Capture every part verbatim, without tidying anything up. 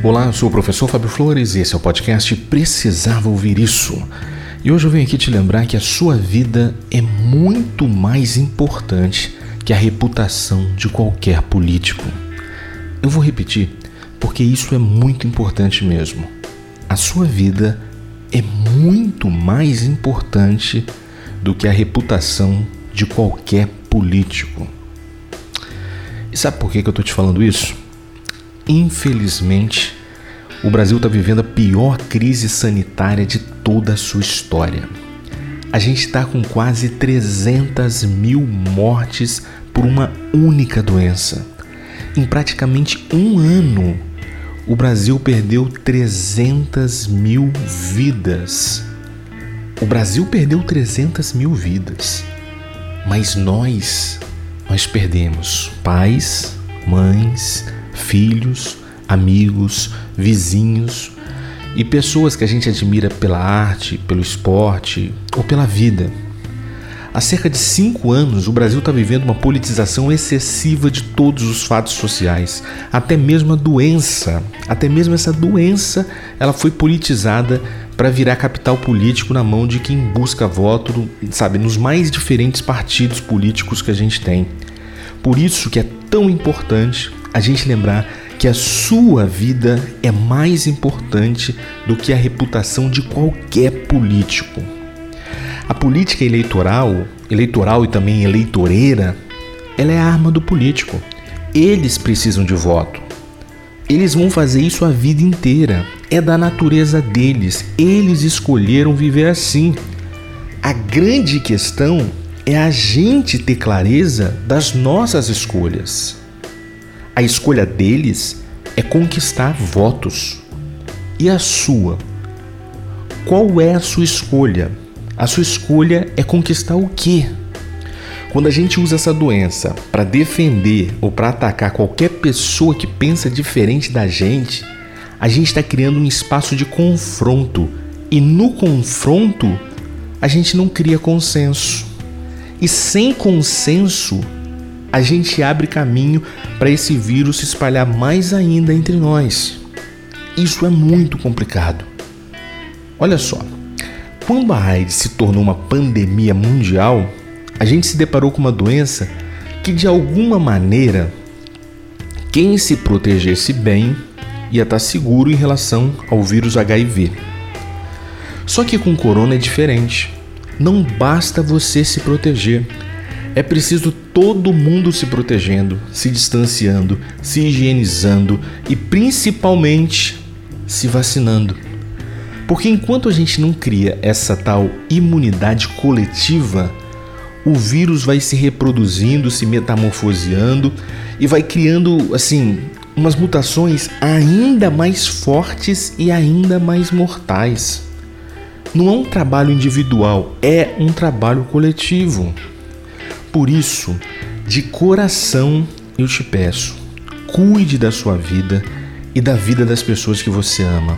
Olá, eu sou o professor Fábio Flores e esse é o podcast Precisava Ouvir Isso. E hoje eu venho aqui te lembrar que a sua vida é muito mais importante que a reputação de qualquer político. Eu vou repetir, porque isso é muito importante mesmo. A sua vida é muito mais importante do que a reputação de qualquer político. E sabe por que eu estou te falando isso? Infelizmente, o Brasil está vivendo a pior crise sanitária de toda a sua história. A gente está com quase trezentas mil mortes por uma única doença. Em praticamente um ano, o Brasil perdeu trezentas mil vidas. O Brasil perdeu trezentas mil vidas. Mas nós, nós perdemos pais, mães, filhos, amigos, vizinhos e pessoas que a gente admira pela arte, pelo esporte ou pela vida. Há cerca de cinco anos, o Brasil está vivendo uma politização excessiva de todos os fatos sociais. Até mesmo a doença, até mesmo essa doença, ela foi politizada para virar capital político na mão de quem busca voto, sabe, nos mais diferentes partidos políticos que a gente tem. Por isso que é tão importante a gente lembrar que a sua vida é mais importante do que a reputação de qualquer político. A política eleitoral, eleitoral e também eleitoreira, ela é a arma do político. Eles precisam de voto. Eles vão fazer isso a vida inteira. É da natureza deles. Eles escolheram viver assim. A grande questão é a gente ter clareza das nossas escolhas. A escolha deles é conquistar votos. E a sua? Qual é a sua escolha? A sua escolha é conquistar o quê? Quando a gente usa essa doença para defender ou para atacar qualquer pessoa que pensa diferente da gente, a gente está criando um espaço de confronto. E no confronto, a gente não cria consenso. E sem consenso, a gente abre caminho para esse vírus se espalhar mais ainda entre nós. Isso é muito complicado. Olha só, quando a AIDS se tornou uma pandemia mundial, a gente se deparou com uma doença que, de alguma maneira, quem se protegesse bem ia estar seguro em relação ao vírus H I V. Só que com o corona é diferente. Não basta você se proteger. É preciso todo mundo se protegendo, se distanciando, se higienizando e principalmente se vacinando. Porque enquanto a gente não cria essa tal imunidade coletiva, o vírus vai se reproduzindo, se metamorfoseando e vai criando, assim, umas mutações ainda mais fortes e ainda mais mortais. Não é um trabalho individual, é um trabalho coletivo. Por isso, de coração eu te peço, cuide da sua vida e da vida das pessoas que você ama.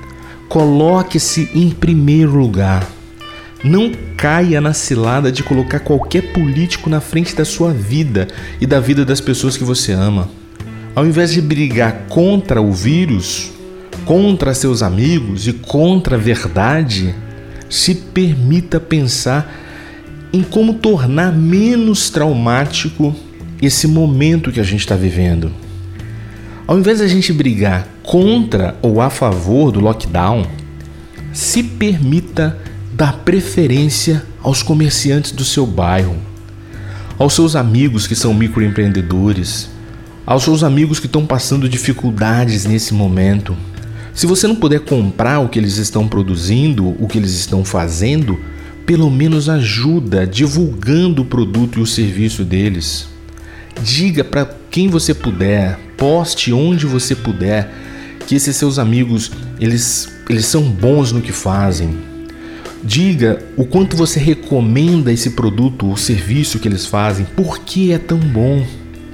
Coloque-se em primeiro lugar. Não caia na cilada de colocar qualquer político na frente da sua vida e da vida das pessoas que você ama. Ao invés de brigar contra o vírus, contra seus amigos e contra a verdade, se permita pensar em como tornar menos traumático esse momento que a gente está vivendo. Ao invés de a gente brigar contra ou a favor do lockdown, se permita dar preferência aos comerciantes do seu bairro, aos seus amigos que são microempreendedores, aos seus amigos que estão passando dificuldades nesse momento. Se você não puder comprar o que eles estão produzindo, o que eles estão fazendo, pelo menos ajuda divulgando o produto e o serviço deles. Diga para quem você puder, poste onde você puder, que esses seus amigos, eles, eles são bons no que fazem. Diga o quanto você recomenda esse produto ou serviço que eles fazem, por que é tão bom.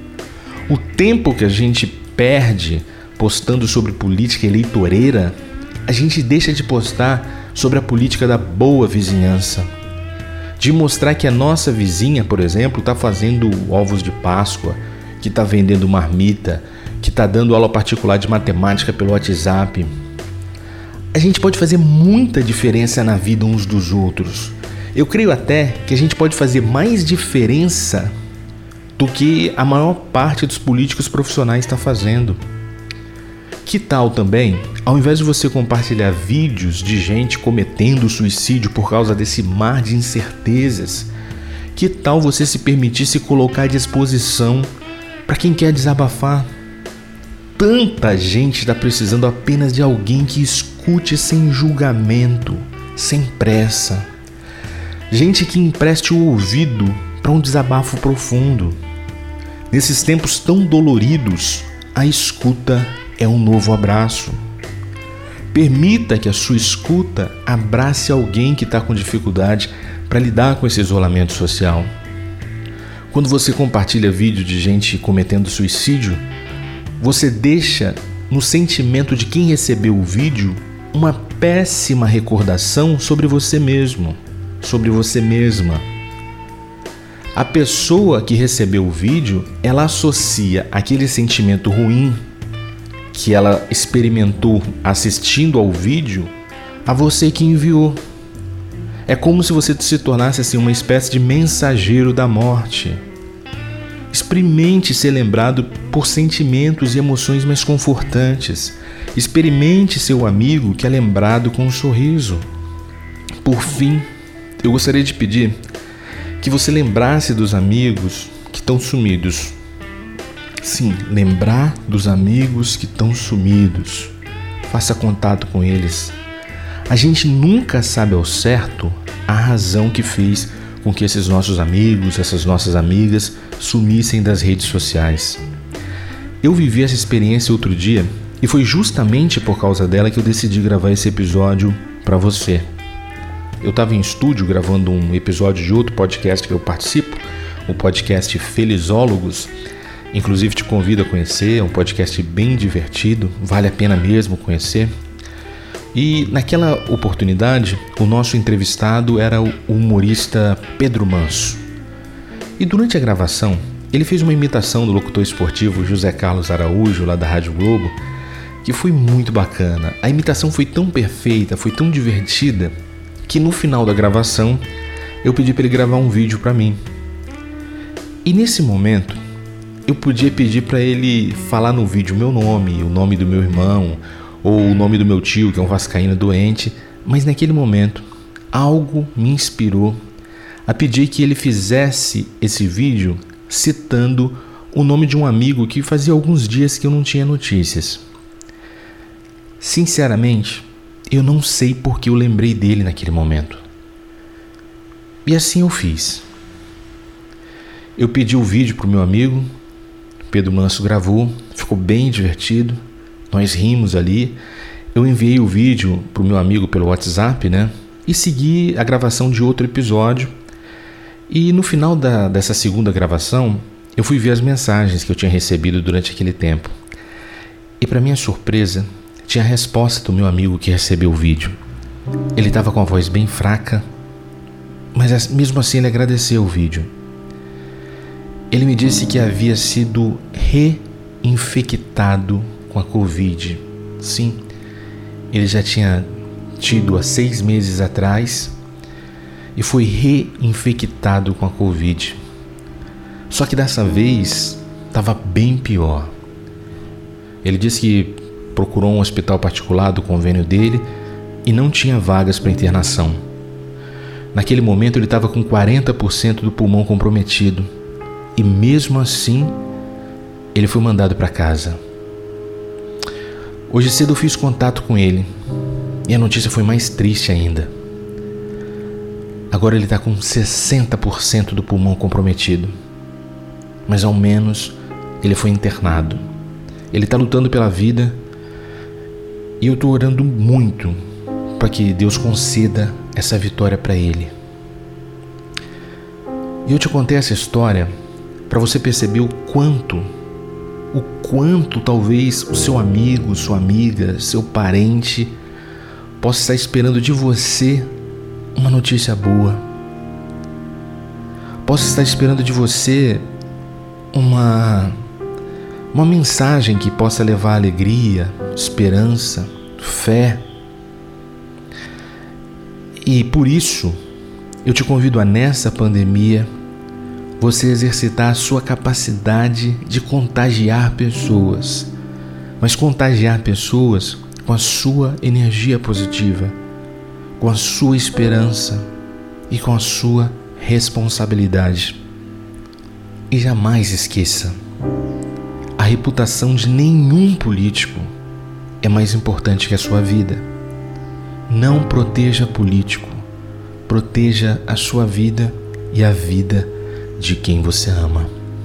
O tempo que a gente perde postando sobre política eleitoreira, a gente deixa de postar sobre a política da boa vizinhança. De mostrar que a nossa vizinha, por exemplo, está fazendo ovos de Páscoa, que está vendendo marmita, que está dando aula particular de matemática pelo WhatsApp. A gente pode fazer muita diferença na vida uns dos outros. Eu creio até que a gente pode fazer mais diferença do que a maior parte dos políticos profissionais está fazendo. Que tal também, ao invés de você compartilhar vídeos de gente cometendo suicídio por causa desse mar de incertezas, que tal você se permitir se colocar à disposição para quem quer desabafar? Tanta gente está precisando apenas de alguém que escute sem julgamento, sem pressa. Gente que empreste o ouvido para um desabafo profundo. Nesses tempos tão doloridos, a escuta é um novo abraço. Permita que a sua escuta abrace alguém que está com dificuldade para lidar com esse isolamento social. Quando você compartilha vídeo de gente cometendo suicídio, você deixa no sentimento de quem recebeu o vídeo uma péssima recordação sobre você mesmo, sobre você mesma. A pessoa que recebeu o vídeo, ela associa aquele sentimento ruim que ela experimentou assistindo ao vídeo a você que enviou. É como se você se tornasse assim uma espécie de mensageiro da morte. Experimente ser lembrado por sentimentos e emoções mais confortantes. Experimente ser o amigo que é lembrado com um sorriso. Por fim, eu gostaria de pedir que você lembrasse dos amigos que estão sumidos. Sim, lembrar dos amigos que estão sumidos. Faça contato com eles. A gente nunca sabe ao certo a razão que fez com que esses nossos amigos, essas nossas amigas sumissem das redes sociais. Eu vivi essa experiência outro dia e foi justamente por causa dela que eu decidi gravar esse episódio para você. Eu estava em estúdio gravando um episódio de outro podcast que eu participo, o podcast Felizólogos. Inclusive te convido a conhecer, é um podcast bem divertido, vale a pena mesmo conhecer. E naquela oportunidade, o nosso entrevistado era o humorista Pedro Manso. E durante a gravação, ele fez uma imitação do locutor esportivo José Carlos Araújo, lá da Rádio Globo, que foi muito bacana. A imitação foi tão perfeita, foi tão divertida, que no final da gravação, eu pedi para ele gravar um vídeo para mim. E nesse momento, eu podia pedir para ele falar no vídeo o meu nome, o nome do meu irmão, ou o nome do meu tio, que é um vascaíno doente, mas naquele momento, algo me inspirou a pedir que ele fizesse esse vídeo citando o nome de um amigo que fazia alguns dias que eu não tinha notícias. Sinceramente, eu não sei por que eu lembrei dele naquele momento. E assim eu fiz. Eu pedi o vídeo para o meu amigo, Pedro Manso gravou, ficou bem divertido, nós rimos ali. Eu enviei o vídeo para o meu amigo pelo WhatsApp, né? E segui a gravação de outro episódio. E no final da, dessa segunda gravação, eu fui ver as mensagens que eu tinha recebido durante aquele tempo. E para minha surpresa, tinha a resposta do meu amigo que recebeu o vídeo. Ele estava com a voz bem fraca, mas mesmo assim ele agradeceu o vídeo. Ele me disse que havia sido reinfectado com a Covid. Sim, ele já tinha tido há seis meses atrás e foi reinfectado com a Covid. Só que dessa vez estava bem pior. Ele disse que procurou um hospital particular do convênio dele e não tinha vagas para internação. Naquele momento ele estava com quarenta por cento do pulmão comprometido e mesmo assim ele foi mandado para casa. Hoje cedo eu fiz contato com ele e a notícia foi mais triste ainda. Agora ele está com sessenta por cento do pulmão comprometido, mas ao menos ele foi internado. Ele está lutando pela vida e eu estou orando muito para que Deus conceda essa vitória para ele. E eu te contei essa história para você perceber o quanto, o quanto talvez o seu amigo, sua amiga, seu parente possa estar esperando de você uma notícia boa. Possa estar esperando de você uma, uma mensagem que possa levar alegria, esperança, fé. E por isso, eu te convido a, nessa pandemia, você exercitar a sua capacidade de contagiar pessoas, mas contagiar pessoas com a sua energia positiva, com a sua esperança e com a sua responsabilidade. E jamais esqueça, a reputação de nenhum político é mais importante que a sua vida. Não proteja político, proteja a sua vida e a vida de quem você ama.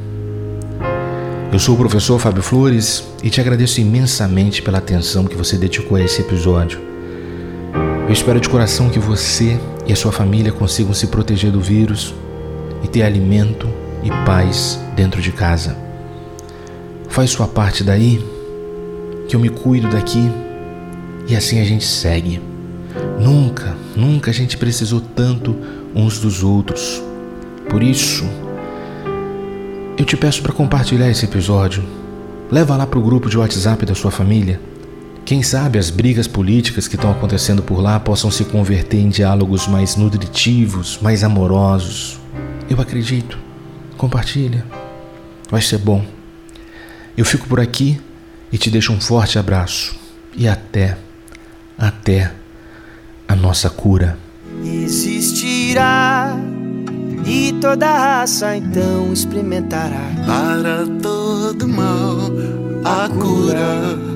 Eu sou o professor Fábio Flores e te agradeço imensamente pela atenção que você dedicou a esse episódio. Eu espero de coração que você e a sua família consigam se proteger do vírus e ter alimento e paz dentro de casa. Faz sua parte daí, que eu me cuido daqui, e assim a gente segue. Nunca, nunca a gente precisou tanto uns dos outros. Por isso, eu te peço para compartilhar esse episódio. Leva lá para o grupo de WhatsApp da sua família. Quem sabe as brigas políticas que estão acontecendo por lá possam se converter em diálogos mais nutritivos, mais amorosos. Eu acredito. Compartilha. Vai ser bom. Eu fico por aqui e te deixo um forte abraço. E até, até a nossa cura. Existirá e toda raça então experimentará para todo mal a cura.